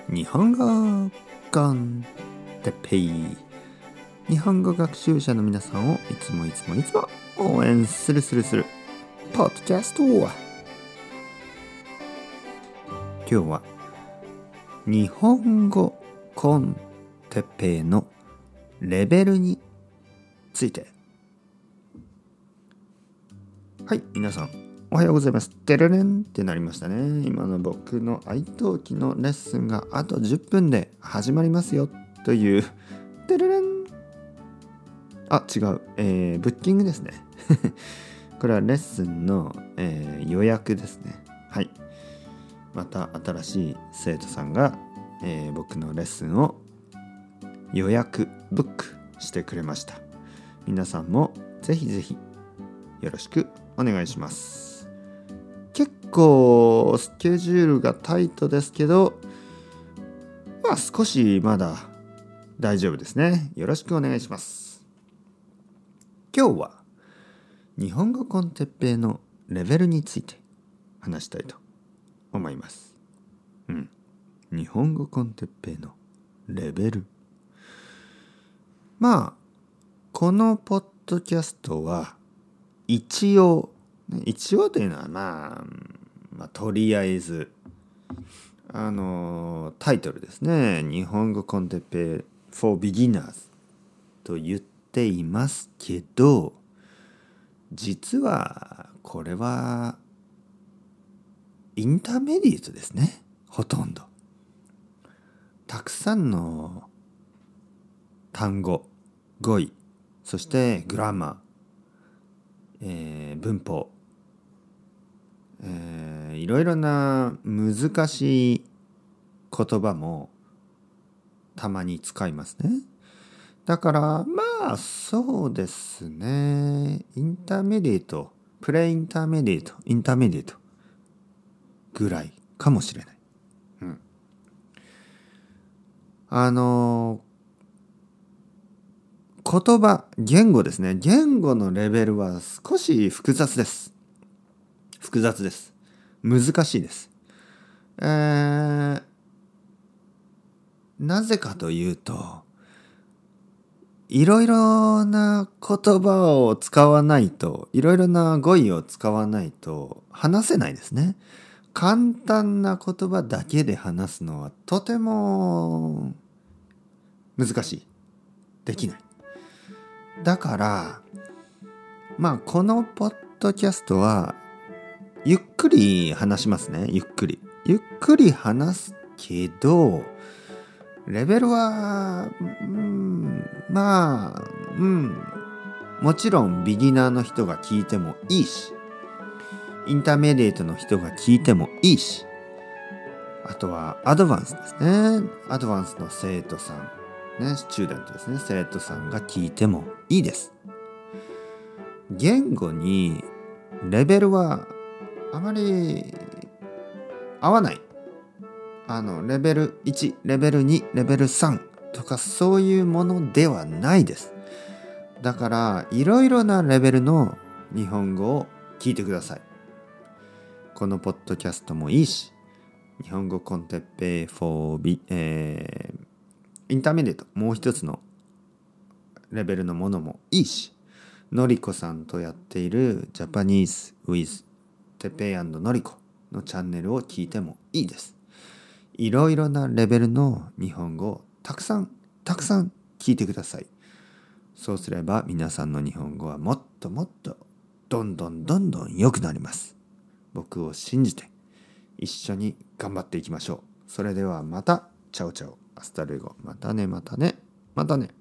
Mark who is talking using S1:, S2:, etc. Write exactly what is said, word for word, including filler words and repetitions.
S1: 日本語コンテッペイ。日本語学習者の皆さんをいつもいつもいつも応援するするするポッドキャスト。今日は日本語コンテッペイのレベルについて。はい、皆さんおはようございます。てるれんってなりましたね。今の僕の愛登記のレッスンがあとじゅっぷんで始まりますよというてるれん。あ、違う、えー、ブッキングですね。これはレッスンの、えー、予約ですね。はい。また新しい生徒さんが、えー、僕のレッスンを予約ブックしてくれました。皆さんもぜひぜひよろしくお願いします。結構スケジュールがタイトですけど、まあ少しまだ大丈夫ですね。よろしくお願いします。今日は日本語コンテッペイのレベルについて話したいと思います。うん。日本語コンテッペイのレベル。まあこのポッドキャストは一応一応というのはまあ、まあ、とりあえずあのタイトルですね。日本語コンテッペイ for beginners と言っていますけど、実はこれはインターメディエートですね。ほとんどたくさんの単語、語彙、そしてグラマー、えー、文法、えー、いろいろな難しい言葉もたまに使いますね。だからまあそうですね。インターメディエート、プレインターメディエート、インターメディエートぐらいかもしれない。うん。あの言葉、言語ですね。言語のレベルは少し複雑です。複雑です。難しいです。えー、なぜかというと、いろいろな言葉を使わないと、いろいろな語彙を使わないと話せないですね。簡単な言葉だけで話すのはとても難しい。できない。だから、まあこのポッドキャストはゆっくり話しますね。ゆっくり。ゆっくり話すけど、レベルは、うん、まあ、うん、もちろんビギナーの人が聞いてもいいし、インターメディエートの人が聞いてもいいし、あとはアドバンスですね。アドバンスの生徒さん、ね、スチューデントですね。生徒さんが聞いてもいいです。言語にレベルはあまり合わない。あのレベルいち、レベルに、レベルさんとかそういうものではないです。だからいろいろなレベルの日本語を聞いてください。このポッドキャストもいいし、日本語コンテッペイ for、えー、インターメディエート、もう一つのレベルのものもいいし、のりこさんとやっているジャパニーズ with てっぺい&のりこのチャンネルを聞いてもいいです。いろいろなレベルの日本語をたくさんたくさん聞いてください。そうすれば皆さんの日本語はもっともっとどんどんどんどん良くなります。僕を信じて一緒に頑張っていきましょう。それではまた。チャオチャオ。アスタルエゴ。またねまたねまたね。